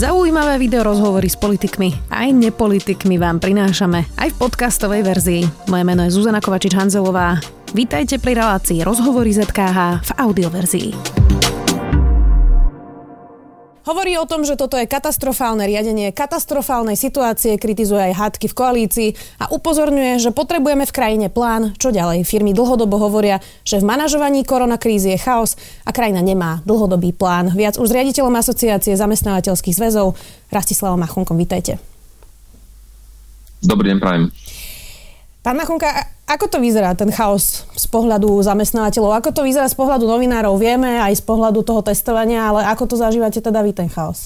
Zaujímavé videorozhovory s politikmi aj nepolitikmi vám prinášame aj v podcastovej verzii. Moje meno je Zuzana Kovačič-Hanzelová. Vítajte pri relácii Rozhovory ZKH v audioverzii. Hovorí o tom, že toto je katastrofálne riadenie katastrofálnej situácie, kritizuje aj hádky v koalícii a upozorňuje, že potrebujeme v krajine plán, čo ďalej. Firmy dlhodobo hovoria, že v manažovaní koronakrízy je chaos a krajina nemá dlhodobý plán. Viac už s riaditeľom Asociácie zamestnávateľských zväzov Rastislavom Machunkom. Vítajte. Dobrý deň, prajem. Pán Machunka, ako to vyzerá ten chaos z pohľadu zamestnávateľov? Ako to vyzerá z pohľadu novinárov? Vieme aj z pohľadu toho testovania, ale ako to zažívate teda vy ten chaos?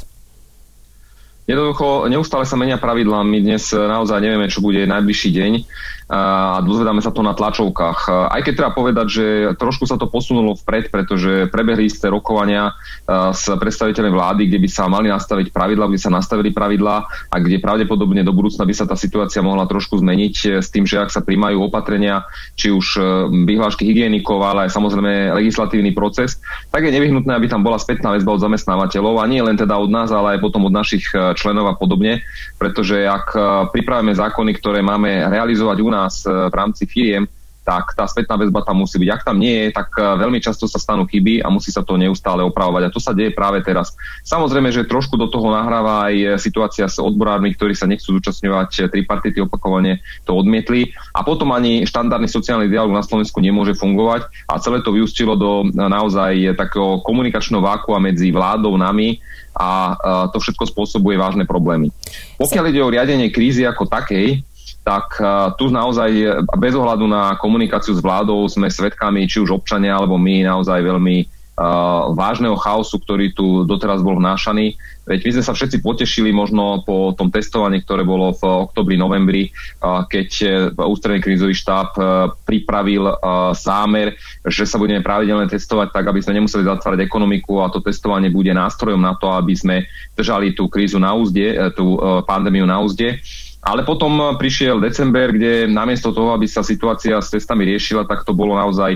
Jednoducho, neustále sa menia pravidlá. My dnes naozaj nevieme, čo bude najbližší deň a dozvedáme sa to na tlačovkách. Aj keď treba povedať, že trošku sa to posunulo vpred, pretože prebehli isté rokovania s predstaviteľmi vlády, kde by sa mali nastaviť pravidlá, kde sa nastavili pravidlá a kde pravdepodobne do budúcna by sa tá situácia mohla trošku zmeniť s tým, že ak sa prijímajú opatrenia, či už vyhlášky hygienikov, ale aj samozrejme legislatívny proces, tak je nevyhnutné, aby tam bola spätná väzba od zamestnávateľov a nie len teda od nás, ale aj potom od našich členov a podobne, pretože ak pripravíme zákony, ktoré máme realizovať u nás v rámci firiem, tak tá spätná väzba tam musí byť. Ak tam nie je, tak veľmi často sa stanú chyby a musí sa to neustále opravovať. A to sa deje práve teraz. Samozrejme, že trošku do toho nahráva aj situácia s odborármi, ktorí sa nechcú zúčastňovať tripartity, opakovane to odmietli. A potom ani štandardný sociálny dialóg na Slovensku nemôže fungovať a celé to vyústilo do naozaj takého komunikačného vákua medzi vládou, nami a to všetko spôsobuje vážne problémy. Pokiaľ ide o riadenie krízy ako takej, tak tu naozaj bez ohľadu na komunikáciu s vládou sme svedkami, či už občania alebo my, naozaj veľmi vážneho chaosu, ktorý tu doteraz bol vnášaný. Veď my sme sa všetci potešili možno po tom testovaní, ktoré bolo v októbri, novembri, keď ústredný krízový štáb pripravil zámer, že sa budeme pravidelne testovať tak, aby sme nemuseli zatvárať ekonomiku a to testovanie bude nástrojom na to, aby sme držali tú krízu na úzde, tú pandémiu na úzde. Ale potom prišiel december, kde namiesto toho, aby sa situácia s testami riešila, tak to bolo naozaj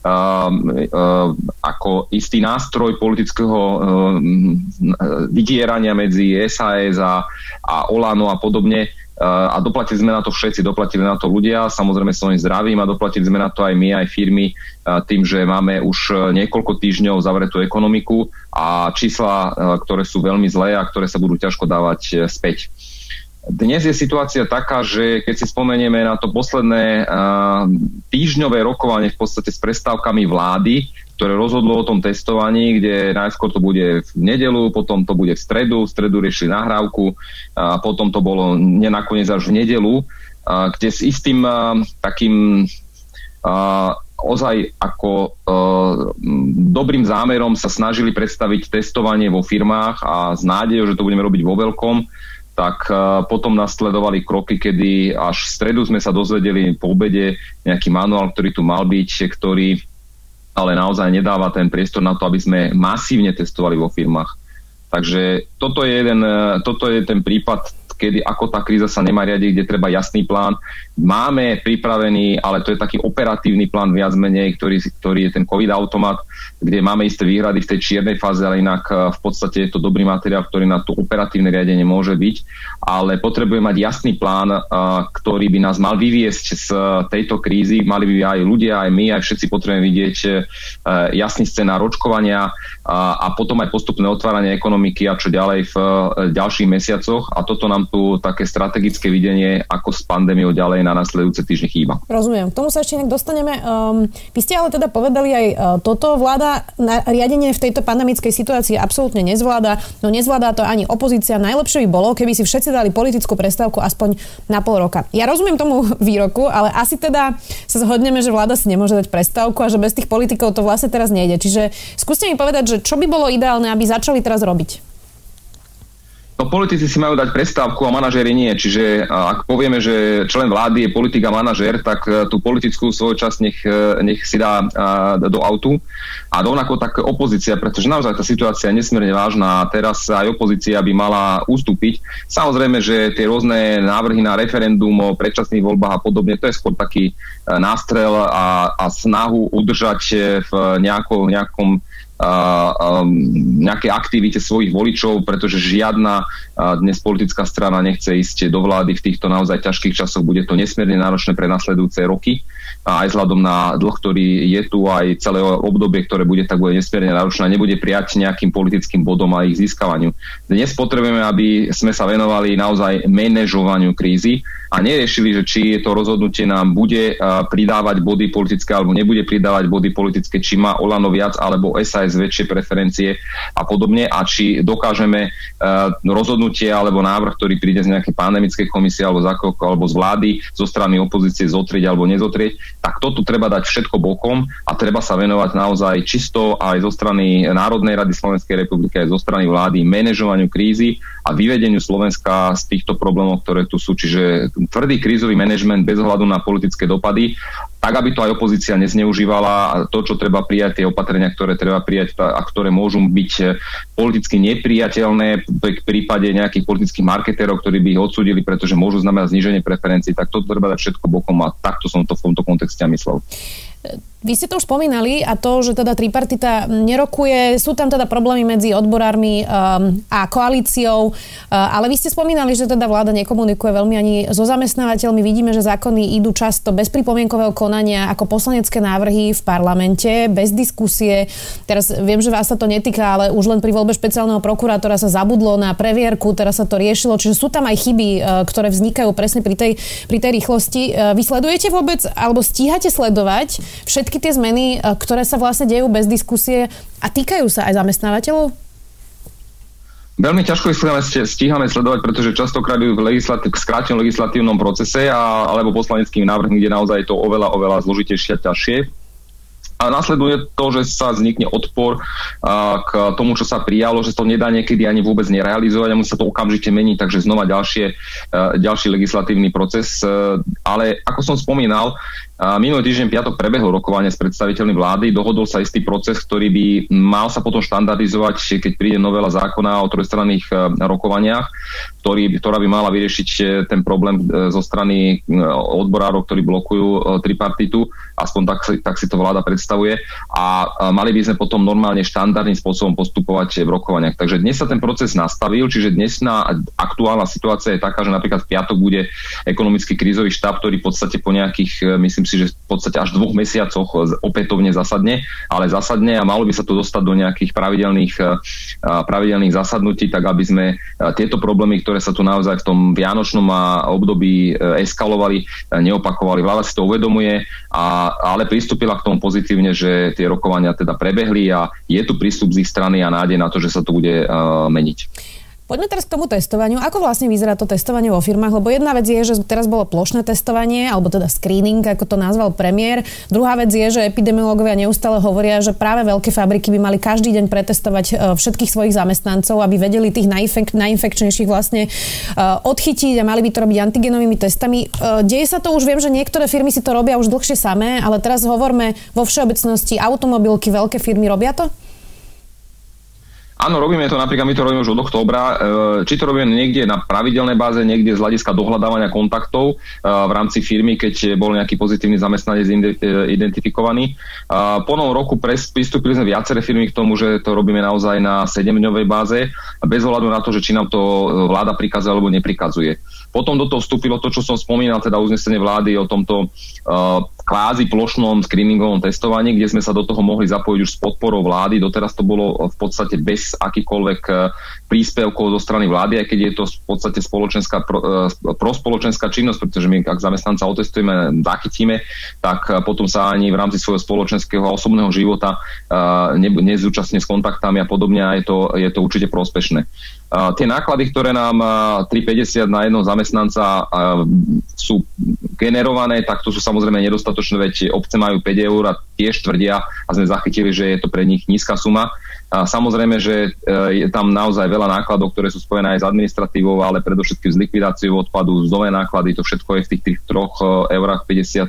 ako istý nástroj politického vydierania medzi SAS a Olano a podobne. A doplatili sme na to všetci, doplatili na to ľudia, samozrejme svojím zdravím a doplatili sme na to aj my, aj firmy, tým, že máme už niekoľko týždňov zavretú ekonomiku a čísla, ktoré sú veľmi zlé a ktoré sa budú ťažko dávať späť. Dnes je situácia taká, že keď si spomenieme na to posledné týždňové rokovanie v podstate s prestávkami vlády, ktoré rozhodlo o tom testovaní, kde najskôr to bude v nedeľu, potom to bude v stredu riešili nahrávku, a potom to bolo nakoniec až v nedeľu, kde s istým takým ozaj ako dobrým zámerom sa snažili predstaviť testovanie vo firmách a s nádejou, že to budeme robiť vo veľkom, tak potom nasledovali kroky, kedy až v stredu sme sa dozvedeli po obede nejaký manuál, ktorý tu mal byť, ktorý ale naozaj nedáva ten priestor na to, aby sme masívne testovali vo firmách. Takže toto je ten prípad, kedy ako tá kríza sa nemá riadiť, kde treba jasný plán. Máme pripravený, ale to je taký operatívny plán viac menej, ktorý je ten COVID automat, kde máme isté výhrady v tej čiernej fáze, ale inak v podstate je to dobrý materiál, ktorý na to operatívne riadenie môže byť, ale potrebujeme mať jasný plán, ktorý by nás mal vyviesť z tejto krízy. Mali by aj ľudia, aj my, aj všetci potrebujeme vidieť jasný scenár očkovania a potom aj postupné otváranie ekonomiky a čo ďalej v ďalších mesiacoch a toto nám tu také strategické videnie, ako s pandémiou ďalej na nasledujúce týždne chýba. Rozumiem. K tomu sa ešte dostaneme. Vy ste ale teda povedali aj toto. Vláda na riadenie v tejto pandemickej situácii absolútne nezvláda. No nezvládá to ani opozícia. Najlepšie by bolo, keby si všetci dali politickú prestávku aspoň na pol roka. Ja rozumiem tomu výroku, ale asi teda sa zhodneme, že vláda si nemôže dať prestávku a že bez tých politikov to vlastne teraz nejde. Čiže skúste mi povedať, že čo by bolo ideálne, aby začali teraz robiť? No politici si majú dať prestávku a manažéri nie. Čiže ak povieme, že člen vlády je politik a manažér, tak tú politickú svoj čas nech si dá do autu. A rovnako tak opozícia, pretože naozaj tá situácia je nesmierne vážna a teraz aj opozícia by mala ustúpiť. Samozrejme, že tie rôzne návrhy na referendum o predčasných voľbách a podobne, to je skôr taký nástrel a snahu udržať v nejakom nejaké aktivite svojich voličov, pretože žiadna dnes politická strana nechce ísť do vlády v týchto naozaj ťažkých časoch. Bude to nesmierne náročné pre nasledujúce roky. A aj vzhľadom na dlh, ktorý je tu, aj celé obdobie, ktoré bude, tak bude nesmierne náročné a nebude prijať nejakým politickým bodom a ich získavaniu. Dnes potrebujeme, aby sme sa venovali naozaj manažovaniu krízy a neriešili, že či to rozhodnutie nám bude pridávať body politické alebo nebude pridávať body politické, či má Olano viac alebo SAS väčšie preferencie a podobne a či dokážeme rozhodnutie alebo návrh, ktorý príde z nejakej pandemickej komisie alebo z vlády zo strany opozície zotrieť alebo nezotrieť, tak toto treba dať všetko bokom a treba sa venovať naozaj čisto aj zo strany Národnej rady Slovenskej republiky, aj zo strany vlády manažovaniu krízy a vyvedeniu Slovenska z týchto problémov, ktoré tu sú. Čiže tvrdý krízový manažment bez ohľadu na politické dopady, tak aby to aj opozícia nezneužívala to, čo treba prijať, tie opatrenia, ktoré treba prijať a ktoré môžu byť politicky nepriateľné v prípade nejakých politických marketérov, ktorí by ich odsúdili, pretože môžu znamenať zníženie preferencií, tak toto treba dať všetko bokom a takto som to v tomto kontexte myslel. Vy ste to už spomínali a to, že teda tripartita nerokuje, sú tam teda problémy medzi odborármi a koalíciou, ale vy ste spomínali, že teda vláda nekomunikuje veľmi ani so zamestnávateľmi. Vidíme, že zákony idú často bez pripomienkového konania ako poslanecké návrhy v parlamente, bez diskusie. Teraz viem, že vás sa to netýka, ale už len pri voľbe špeciálneho prokurátora sa zabudlo na previerku, teraz sa to riešilo, čiže sú tam aj chyby, ktoré vznikajú presne pri tej rýchlosti. Vy sledujete vôbec, alebo stíhate sledovať všetky tie zmeny, ktoré sa vlastne dejú bez diskusie a týkajú sa aj zamestnávateľov? Veľmi ťažko ich stíhame sledovať, pretože častokrát v skrátenom legislatívnom procese alebo poslaneckými návrhmi, kde naozaj je to oveľa zložitejšie a ťažšie. A nasleduje to, že sa vznikne odpor k tomu, čo sa prijalo, že to nedá niekedy ani vôbec nerealizovať a musí sa to okamžite meniť, takže znova ďalší legislatívny proces. Ale ako som spomínal, minulý týždeň piatok prebehlo rokovanie s predstaviteľmi vlády, dohodol sa istý proces, ktorý by mal sa potom štandardizovať, keď príde novela zákona o trojstranných rokovaniach, ktorá by mala vyriešiť ten problém zo strany odborárov, ktorí blokujú tripartitu, aspoň tak si to vláda predstavuje a mali by sme potom normálne štandardným spôsobom postupovať v rokovaniach. Takže dnes sa ten proces nastavil, čiže dnesná aktuálna situácia je taká, že napríklad v piatok bude ekonomický krízový štáb, ktorý v podstate po nejakých, myslím si, že v podstate až 2 mesiacoch opätovne zasadne, ale zasadne a malo by sa to dostať do nejakých pravidelných zasadnutí, tak aby sme tieto problémy, ktoré sa tu naozaj v tom vianočnom období eskalovali, neopakovali. Vláda si to uvedomuje, ale pristúpila k tomu pozitívne, že tie rokovania teda prebehli a je tu prístup z ich strany a nádej na to, že sa to bude meniť. Poďme teraz k tomu testovaniu. Ako vlastne vyzerá to testovanie vo firmách? Lebo jedna vec je, že teraz bolo plošné testovanie, alebo teda screening, ako to nazval premiér. Druhá vec je, že epidemiológovia neustále hovoria, že práve veľké fabriky by mali každý deň pretestovať všetkých svojich zamestnancov, aby vedeli tých najinfekčnejších vlastne odchytiť a mali by to robiť antigenovými testami. Deje sa to už, viem, že niektoré firmy si to robia už dlhšie samé, ale teraz hovoríme vo všeobecnosti, automobilky, veľké firmy robia to? Áno, robíme to, napríklad my to robíme už od októbra. Či to robíme niekde na pravidelnej báze, niekde z hľadiska dohľadávania kontaktov v rámci firmy, keď bol nejaký pozitívny zamestnanec identifikovaný. Po novom roku pristúpili sme viaceré firmy k tomu, že to robíme naozaj na 7-dňovej báze, bez ohľadu na to, že či nám to vláda prikazuje alebo neprikazuje. Potom do toho vstúpilo to, čo som spomínal, teda uznesenie vlády o tomto kvázi plošnom screeningovom testovaní, kde sme sa do toho mohli zapojiť už s podporou vlády. Doteraz to bolo v podstate bez akýchkoľvek príspevkov zo strany vlády, aj keď je to v podstate prospoločenská činnosť, pretože my, ak zamestnanca otestujeme, zachytíme, tak potom sa ani v rámci svojho spoločenského a osobného života nezúčastne s kontaktami a podobne a je to určite prospešné. Tie náklady, ktoré nám 3,50 na jedného zamestnanca sú generované, tak to sú samozrejme nedostatočné, veď obce majú 5 eur a tiež tvrdia a sme zachytili, že je to pre nich nízka suma. Samozrejme, že je tam naozaj veľa nákladov, ktoré sú spojené aj s administratívou, ale predovšetkým s likvidáciou odpadu, zdové náklady, to všetko je v tých 3,50 eurách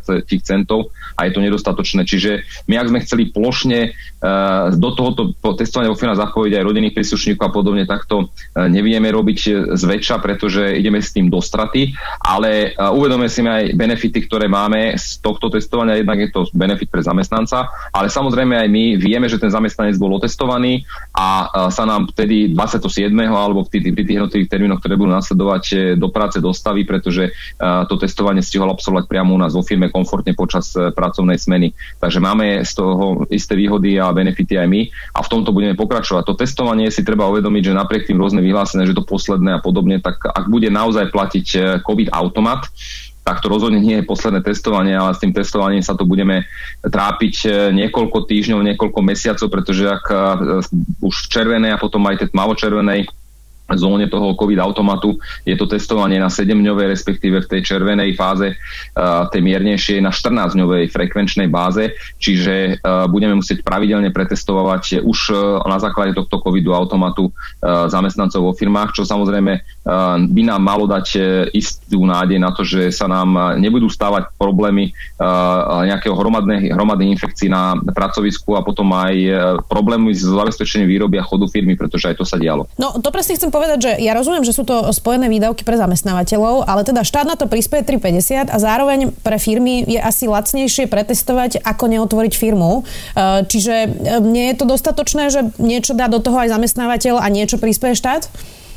a je to nedostatočné. Čiže my, ak sme chceli plošne do tohoto testovania vo firmách zapojiť aj rodinných príslušníkov a podobne, tak to nevieme robiť zväčša, pretože ideme s tým do straty, ale uvedomujeme si aj benefity, ktoré máme z tohto testovania. Jednak je to benefit pre zamestnanca, ale samozrejme aj my vieme, že ten zamestnanec bol otestovaný a sa nám vtedy 27. alebo pri tých jednotlivých termínoch, ktoré budú nasledovať, do práce dostaví, pretože to testovanie stihol absolvovať priamo u nás vo firme komfortne počas pracovnej smeny. Takže máme z toho isté výhody a benefity aj my a v tomto budeme pokračovať. To testovanie si treba uvedomiť, že napriek tým rôznym vyhláseniam, že to posledné a podobne, tak ak bude naozaj platiť COVID automat, tak to rozhodne nie je posledné testovanie, ale s tým testovaním sa to budeme trápiť niekoľko týždňov, niekoľko mesiacov, pretože ak už v červenej a potom aj tej tmavočervenej zóne toho COVID automatu je to testovanie na 7-dňovej, respektíve v tej červenej fáze, tej miernejšej na 14-dňovej frekvenčnej báze, čiže budeme musieť pravidelne pretestovať už na základe tohto covidu automatu zamestnancov vo firmách, čo samozrejme by nám malo dať istú nádej na to, že sa nám nebudú stávať problémy nejakého hromadnej infekcií na pracovisku a potom aj problémy s zabezpečením výroby a chodu firmy, pretože aj to sa dialo. No, to presne chcem povedať, že ja rozumiem, že sú to spojené výdavky pre zamestnávateľov, ale teda štát na to prispieje 3,50 a zároveň pre firmy je asi lacnejšie pretestovať, ako neotvoriť firmu. Čiže nie je to dostatočné, že niečo dá do toho aj zamestnávateľ a niečo prispieje štát?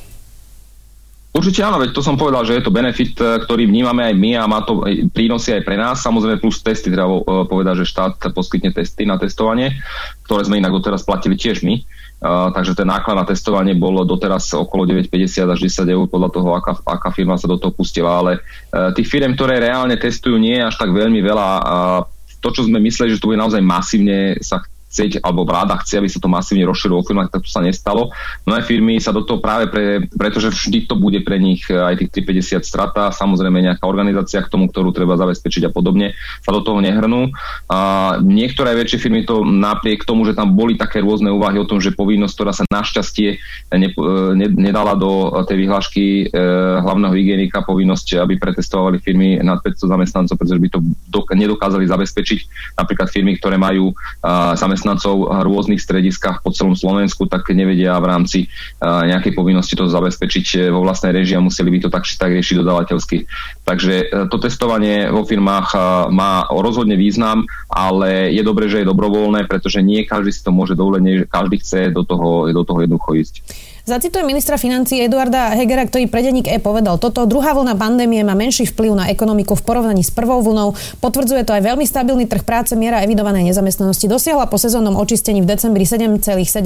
Určite áno, veď to som povedal, že je to benefit, ktorý vnímame aj my a má to prínosy aj pre nás. Samozrejme plus testy, treba povedať, že štát poskytne testy na testovanie, ktoré sme inak doteraz platili tiež my. Takže ten náklad na testovanie bol doteraz okolo 9,50 až 10 eur podľa toho, aká firma sa do toho pustila. Ale tých firm, ktoré reálne testujú, nie je až tak veľmi veľa. To, čo sme mysleli, že to bude naozaj masívne sa chcieť, alebo vláda chce, aby sa to masívne rozšírilo vo firmách, tak to sa nestalo. Mnohé firmy sa do toho práve pretože vždy to bude pre nich aj tých 3,50 strata, samozrejme nejaká organizácia k tomu, ktorú treba zabezpečiť a podobne, sa do toho nehrnú. Niektoré väčšie firmy to napriek tomu, že tam boli také rôzne úvahy o tom, že povinnosť, ktorá sa našťastie nedala do tej vyhlášky hlavného hygienika, povinnosť, aby pretestovali firmy nad 500 zamestnancov, pretože by to nedokázali zabezpečiť. Napríklad firmy, ktoré majú zamestnancov v rôznych strediskách po celom Slovensku, tak nevedia v rámci nejakej povinnosti to zabezpečiť vo vlastnej režii a museli by to tak či tak riešiť dodávateľsky. Takže to testovanie vo firmách má rozhodne význam, ale je dobré, že je dobrovoľné, pretože nie každý si to môže dovoliť, nie každý chce do toho jednoducho ísť. Zacitujem ministra financií Eduarda Hegera, ktorý pre denník povedal toto: druhá vlna pandémie má menší vplyv na ekonomiku v porovnaní s prvou vlnou. Potvrdzuje to aj veľmi stabilný trh práce, miera evidovanej nezamestnanosti dosiahla po sezónnom očistení v decembri 7,7%,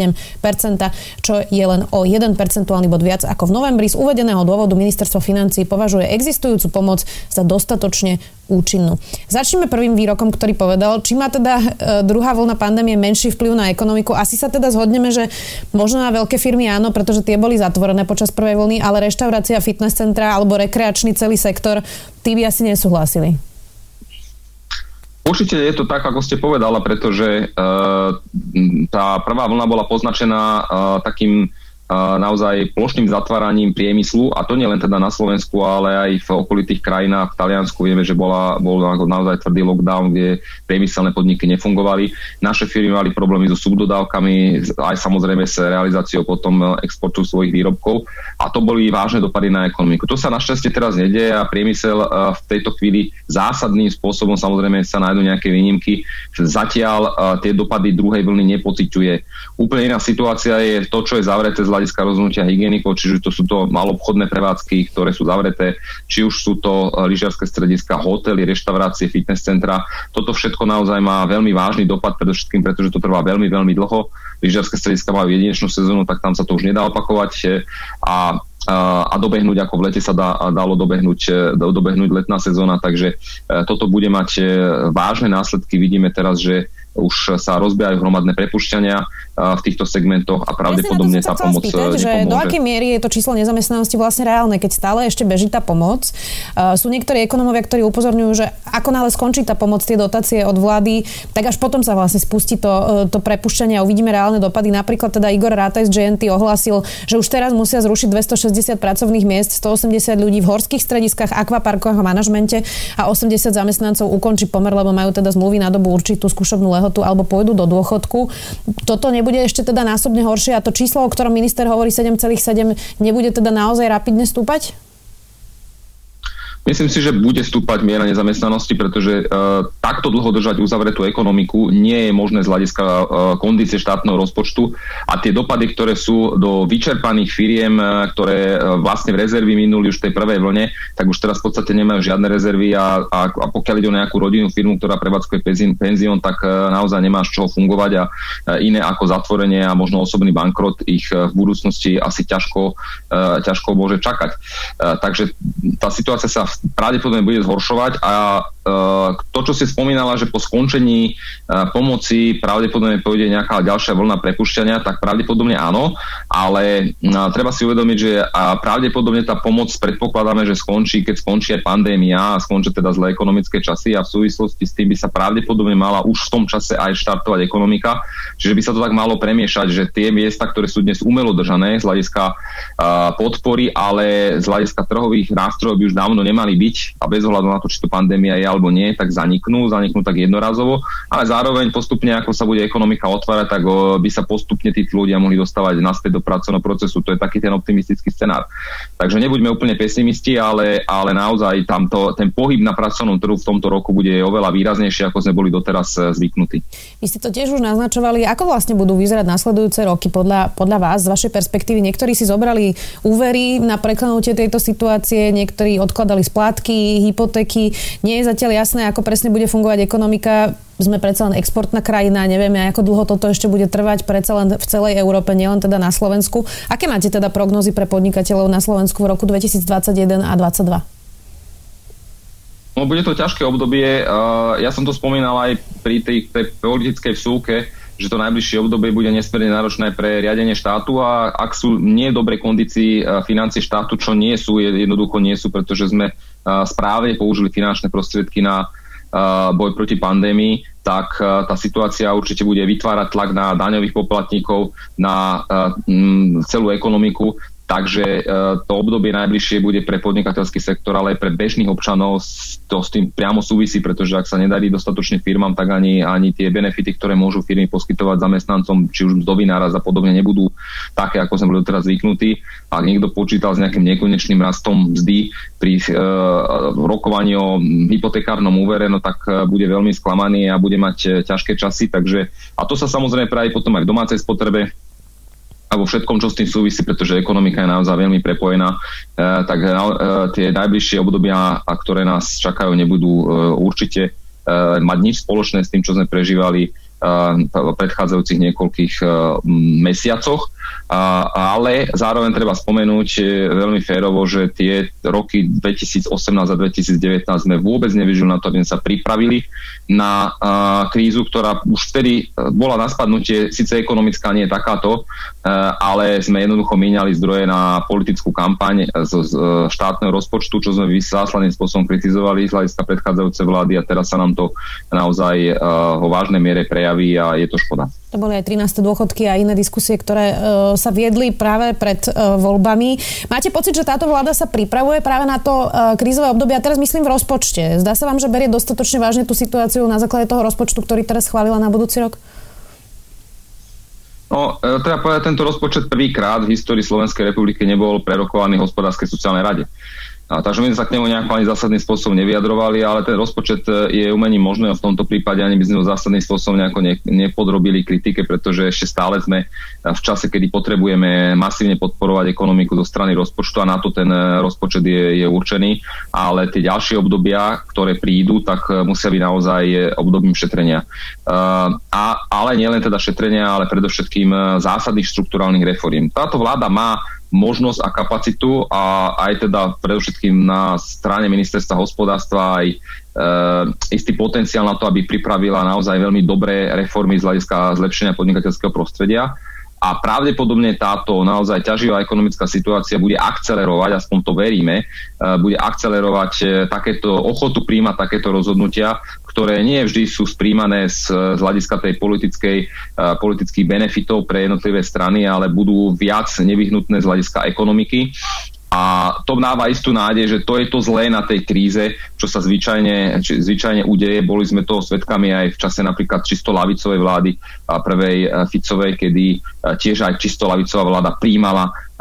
čo je len o 1 percentuálny bod viac ako v novembri. Z uvedeného dôvodu ministerstvo financií považuje existujúcu pomoc za dostatočne účinnú. Začneme prvým výrokom, ktorý povedal, či má teda druhá vlna pandémie menší vplyv na ekonomiku. Asi sa teda zhodneme, že možno na veľké firmy áno, pretože tie boli zatvorené počas prvej vlny, ale reštaurácia, fitness centra alebo rekreačný celý sektor, tí by asi nesúhlasili. Určite je to tak, ako ste povedala, pretože tá prvá vlna bola poznačená takým naozaj plošným zatváraním priemyslu, a to nie len teda na Slovensku, ale aj v okolitých krajinách. V Taliansku vieme, že bol naozaj tvrdý lockdown, kde priemyselné podniky nefungovali. Naše firmy mali problémy so subdodávkami, aj samozrejme s realizáciou potom exportu svojich výrobkov, a to boli vážne dopady na ekonomiku. To sa našťastie teraz nedieje a priemysel v tejto chvíli zásadným spôsobom, samozrejme sa nájdú nejaké výnimky, zatiaľ tie dopady druhej vlny nepociťuje. Úplne iná situácia je to, čo je zavreté z hľadiska rozhodnutia hygienikov, čiže to sú to maloobchodné prevádzky, ktoré sú zavreté, či už sú to lyžiarske strediska, hotely, reštaurácie, fitness centra. Toto všetko naozaj má veľmi vážny dopad, predovšetkým pretože to trvá veľmi, veľmi dlho. Lyžiarske strediska majú jedinečnú sezónu, tak tam sa to už nedá opakovať a dobehnúť, ako v lete sa dalo dobehnúť letná sezóna, takže toto bude mať vážne následky. Vidíme teraz, že už sa rozbiehajú hromadné prepušťania v týchto segmentoch a pravdepodobne tá pomoc nepomôže. Že do akej miery je to číslo nezamestnanosti vlastne reálne, keď stále ešte beží tá pomoc? Sú niektorí ekonómovia, ktorí upozorňujú, že ako náhle skončí tá pomoc, tie dotácie od vlády, tak až potom sa vlastne spustí to prepušťanie a uvidíme reálne dopady. Napríklad teda Igor Rátaj z GNT ohlásil, že už teraz musia zrušiť 260 pracovných miest, 180 ľudí v horských strediskách, akvaparkoch a manažmente a 80 zamestnancov ukončí pomer, lebo majú teda zmluvy na dobu určitú, skúšobnú lehotu alebo pôjdu do dôchodku. Toto nebude ešte teda násobne horšie a to číslo, o ktorom minister hovorí 7,7, nebude teda naozaj rapidne stúpať? Myslím si, že bude stúpať miera nezamestnanosti, pretože takto dlho držať uzavretú ekonomiku nie je možné z hľadiska kondície štátneho rozpočtu a tie dopady, ktoré sú do vyčerpaných firiem, ktoré vlastne v rezervy minuli už v tej prvej vlne, tak už teraz v podstate nemajú žiadne rezervy a pokiaľ ide o nejakú rodinnú firmu, ktorá prevádzkuje penzión, tak naozaj nemá z čoho fungovať a iné ako zatvorenie a možno osobný bankrot ich v budúcnosti asi ťažko môže čakať. Takže tá situácia sa pravdepodobne bude zhoršovať a to, čo si spomínala, že po skončení pomoci pravdepodobne pôjde nejaká ďalšia vlna prepušťania, tak pravdepodobne áno, ale treba si uvedomiť, že pravdepodobne tá pomoc predpokladáme, že skončí, keď skončí aj pandémia a skončia teda zlé ekonomické časy a v súvislosti s tým by sa pravdepodobne mala už v tom čase aj štartovať ekonomika, čiže by sa to tak malo premiešať, že tie miesta, ktoré sú dnes umelo držané z hľadiska podpory, ale z hľadiska trhových nástrojov by už dávno nemali byť a bez ohľadu na to, či to pandémia je alebo nie, tak zaniknú tak jednorazovo, ale zároveň postupne, ako sa bude ekonomika otvárať, tak by sa postupne tí ľudia mohli dostávať naspäť do pracovného procesu. To je taký ten optimistický scenár. Takže nebuďme úplne pesimisti, ale naozaj ten pohyb na pracovnom trhu v tomto roku bude oveľa výraznejší, ako sme boli doteraz zvyknutí. Vy ste to tiež už naznačovali, ako vlastne budú vyzerať nasledujúce roky podľa vás, z vašej perspektívy. Niektorí si zobrali úvery na preklenutie tejto situácie, niektorí odkladali splátky, hypotéky. Nie je zatiaľ jasné, ako presne bude fungovať ekonomika. Sme predsa len exportná krajina, nevieme, ako dlho toto ešte bude trvať predsa len v celej Európe, nielen teda na Slovensku. Aké máte teda prognózy pre podnikateľov na Slovensku v roku 2021 a 2022? No, bude to ťažké obdobie. Ja som to spomínal aj pri tej politickej vsúke, že to najbližšie obdobie bude nesmierne náročné pre riadenie štátu a ak sú nie v dobrej kondícii financie štátu, čo nie sú, jednoducho nie sú, pretože sme správne použili finančné prostriedky na boj proti pandémii, tak tá situácia určite bude vytvárať tlak na daňových poplatníkov, na celú ekonomiku. Takže to obdobie najbližšie bude pre podnikateľský sektor, ale aj pre bežných občanov to s tým priamo súvisí, pretože ak sa nedarí dostatočne firmám, tak ani tie benefity, ktoré môžu firmy poskytovať zamestnancom, či už mzdový náraz a podobne, nebudú také, ako sme boli doteraz zvyknutí. Ak niekto počítal s nejakým nekonečným rastom mzdy pri rokovaní o hypotekárnom úvere, no tak bude veľmi sklamaný a bude mať ťažké časy. A to sa samozrejme praví potom aj v domácej spotrebe a vo všetkom, čo s tým súvisí, pretože ekonomika je naozaj veľmi prepojená, tak tie najbližšie obdobia, ktoré nás čakajú, nebudú určite mať nič spoločné s tým, čo sme prežívali v predchádzajúcich niekoľkých mesiacoch, ale zároveň treba spomenúť veľmi férovo, že tie roky 2018 a 2019 sme vôbec nevyužili na to, aby sme sa pripravili na krízu, ktorá už vtedy bola na spadnutie, síce ekonomická nie je takáto, ale sme jednoducho míňali zdroje na politickú kampaň z štátneho rozpočtu, čo sme zásadným spôsobom kritizovali z hľadiska predchádzajúcej vlády a teraz sa nám to naozaj vo vážnej miere prejaví a je to škoda. To boli aj 13. dôchodky a iné diskusie, ktoré sa viedli práve pred voľbami. Máte pocit, že táto vláda sa pripravuje práve na to krízové obdobie? A teraz myslím v rozpočte. Zdá sa vám, že berie dostatočne vážne tú situáciu na základe toho rozpočtu, ktorý teraz schválila na budúci rok? No, treba povedať, tento rozpočet prvýkrát v histórii Slovenskej republiky nebol prerokovaný v hospodárskej sociálnej rade. Takže my sme sa k nemu nejako ani zásadným spôsobom nevyjadrovali, ale ten rozpočet je umením možného. V tomto prípade ani by sme ho zásadným spôsobom nejako nepodrobili kritike, pretože ešte stále sme v čase, kedy potrebujeme masívne podporovať ekonomiku zo strany rozpočtu a na to ten rozpočet je určený. Ale tie ďalšie obdobia, ktoré prídu, tak musia byť naozaj obdobím šetrenia. Ale nielen teda šetrenia, ale predovšetkým zásadných štrukturálnych reforiem. Táto vláda má možnosť a kapacitu a aj teda predovšetkým na strane ministerstva hospodárstva aj istý potenciál na to, aby pripravila naozaj veľmi dobré reformy z hľadiska zlepšenia podnikateľského prostredia. A pravdepodobne táto naozaj ťaživá ekonomická situácia bude akcelerovať, aspoň to veríme, bude akcelerovať takéto ochotu príjmať takéto rozhodnutia, ktoré nie vždy sú spríjmané z hľadiska tej politických benefitov pre jednotlivé strany, ale budú viac nevyhnutné z hľadiska ekonomiky. A to dáva istú nádej, že to je to zlé na tej kríze, čo sa zvyčajne udeje. Boli sme toho svedkami aj v čase napríklad čisto ľavicovej vlády prvej Ficovej, kedy tiež aj čisto ľavicová vláda prijímala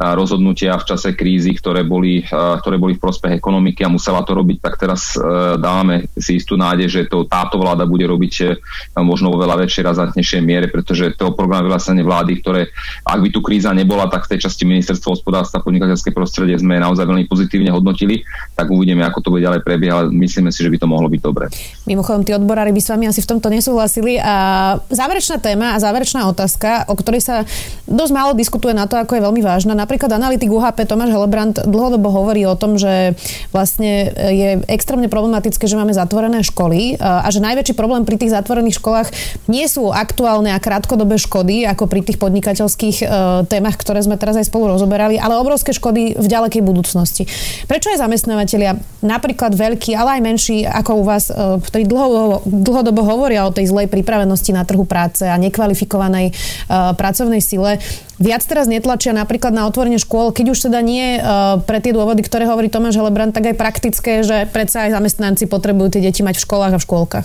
rozhodnutia v čase krízy, ktoré boli v prospech ekonomiky a musela to robiť, tak teraz dávame si istú nádej, že táto vláda bude robiť možno vo veľa väčšej razantnejšej miere, pretože to program vyhlásenie vlády, ktoré ak by tu kríza nebola, tak v tej časti ministerstva hospodárstva a podnikateľské prostredie sme naozaj veľmi pozitívne hodnotili, tak uvidíme, ako to bude ďalej prebiehať. Myslíme si, že by to mohlo byť dobre. Mimochodom, tí odborári by s vami asi v tomto nesúhlasili. A záverečná téma a záverečná otázka, o ktorej sa dosť málo diskutuje na to, ako je veľmi vážna. Napríklad analytik UHP Tomáš Helebrant dlhodobo hovorí o tom, že vlastne je extrémne problematické, že máme zatvorené školy a že najväčší problém pri tých zatvorených školách nie sú aktuálne a krátkodobé škody, ako pri tých podnikateľských témach, ktoré sme teraz aj spolu rozoberali, ale obrovské škody v ďalekej budúcnosti. Prečo aj zamestnávateľia, napríklad veľkí, ale aj menší, ako u vás, ktorí dlhodobo hovoria o tej zlej pripravenosti na trhu práce a nekvalifikovanej pracovnej sile, viac teraz netlačia napríklad na otvorenie škôl, keď už teda nie pre tie dôvody, ktoré hovorí Tomáš Helebrant, tak aj praktické, že predsa aj zamestnanci potrebujú tie deti mať v školách a v škôlkach.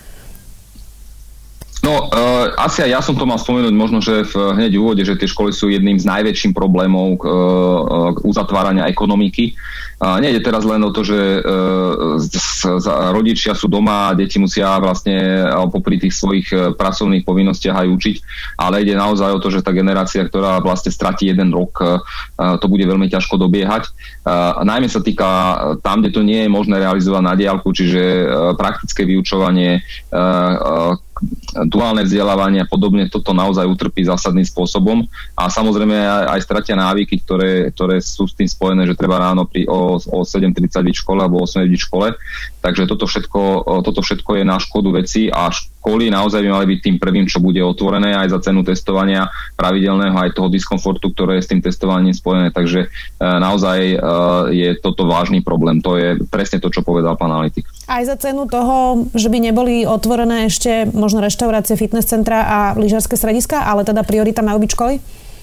No, asi aj ja som to mal spomenúť možno, že hneď v úvode, že tie školy sú jedným z najväčším problémov uzatvárania ekonomiky. Nejde teraz len o to, že rodičia sú doma a deti musia vlastne popri tých svojich pracovných povinnostiach aj učiť, ale ide naozaj o to, že tá generácia, ktorá vlastne stratí 1 rok, to bude veľmi ťažko dobiehať. Najmä sa týka tam, kde to nie je možné realizovať na diaľku, čiže praktické vyučovanie, duálne vzdelávanie a podobne, toto naozaj utrpí zásadným spôsobom a samozrejme aj stratia návyky, ktoré sú s tým spojené, že treba ráno o 7:30 byť v škole alebo o 8 byť v škole, takže toto všetko je na škodu veci a školy naozaj by mali byť tým prvým, čo bude otvorené aj za cenu testovania pravidelného, aj toho diskomfortu, ktoré je s tým testovaním spojené, takže naozaj je toto vážny problém. To je presne to, čo povedal pán analytik. Aj za cenu toho, že by neboli otvorené ešte možno reštaurácie, fitness centra a lyžiarske strediska, ale teda priorita majú byť školy?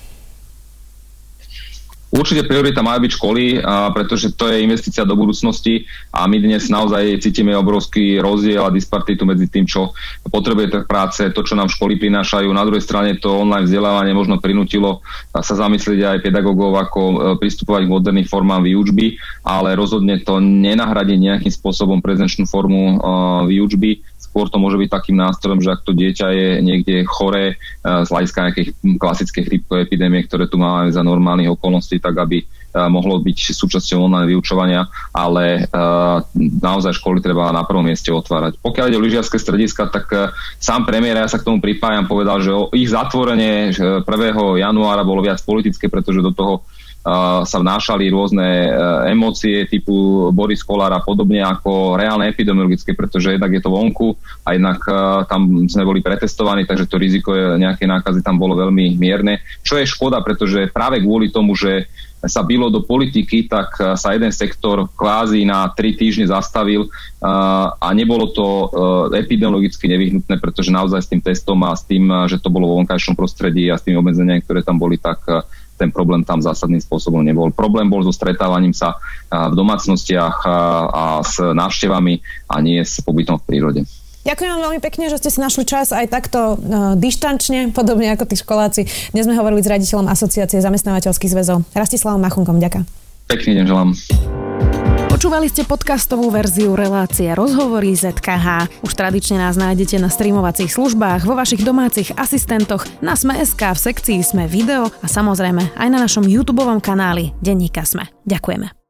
Určite priorita majú byť školy, pretože to je investícia do budúcnosti a my dnes naozaj cítime obrovský rozdiel a dispartitu medzi tým, čo potrebuje trh práce, to, čo nám školy prinášajú. Na druhej strane to online vzdelávanie možno prinútilo sa zamyslieť aj pedagógov, ako pristupovať k moderným formám výučby, ale rozhodne to nenahradí nejakým spôsobom prezenčnú formu výučby. Skôr to môže byť takým nástrojom, že ak to dieťa je niekde choré z hľadiska nejakej klasickej chrípkovej epidémie, ktoré tu máme za normálnych okolností, tak aby mohlo byť súčasťou online vyučovania, ale naozaj školy treba na prvom mieste otvárať. Pokiaľ ide o lyžiarske strediska, tak sám premiér, ja sa k tomu pripájam, povedal, že ich zatvorenie 1. januára bolo viac politické, pretože do toho sa vnášali rôzne emócie typu Boris Kolár a podobne ako reálne epidemiologické, pretože jednak je to vonku a jednak tam sme boli pretestovaní, takže to riziko nejakej nákazy tam bolo veľmi mierne. Čo je škoda, pretože práve kvôli tomu, že sa bilo do politiky, tak sa jeden sektor kvázi na 3 týždne zastavil a nebolo to epidemiologicky nevyhnutné, pretože naozaj s tým testom a s tým, že to bolo vo vonkajšom prostredí a s tými obmedzeniami, ktoré tam boli, tak ten problém tam zásadným spôsobom nebol. Problém bol so stretávaním sa v domácnostiach a s návštevami a nie s pobytom v prírode. Ďakujem vám veľmi pekne, že ste si našli čas aj takto dištančne, podobne ako tí školáci. Dnes sme hovorili s riaditeľom Asociácie zamestnávateľských zväzov Rastislavom Machunkom. Ďakujem. Pekný deň želám. Počúvali ste podcastovú verziu relácie Rozhovory ZKH. Už tradične nás nájdete na streamovacích službách, vo vašich domácich asistentoch, na Sme.sk, v sekcii Sme video a samozrejme aj na našom YouTubeovom kanáli Denníka Sme. Ďakujeme.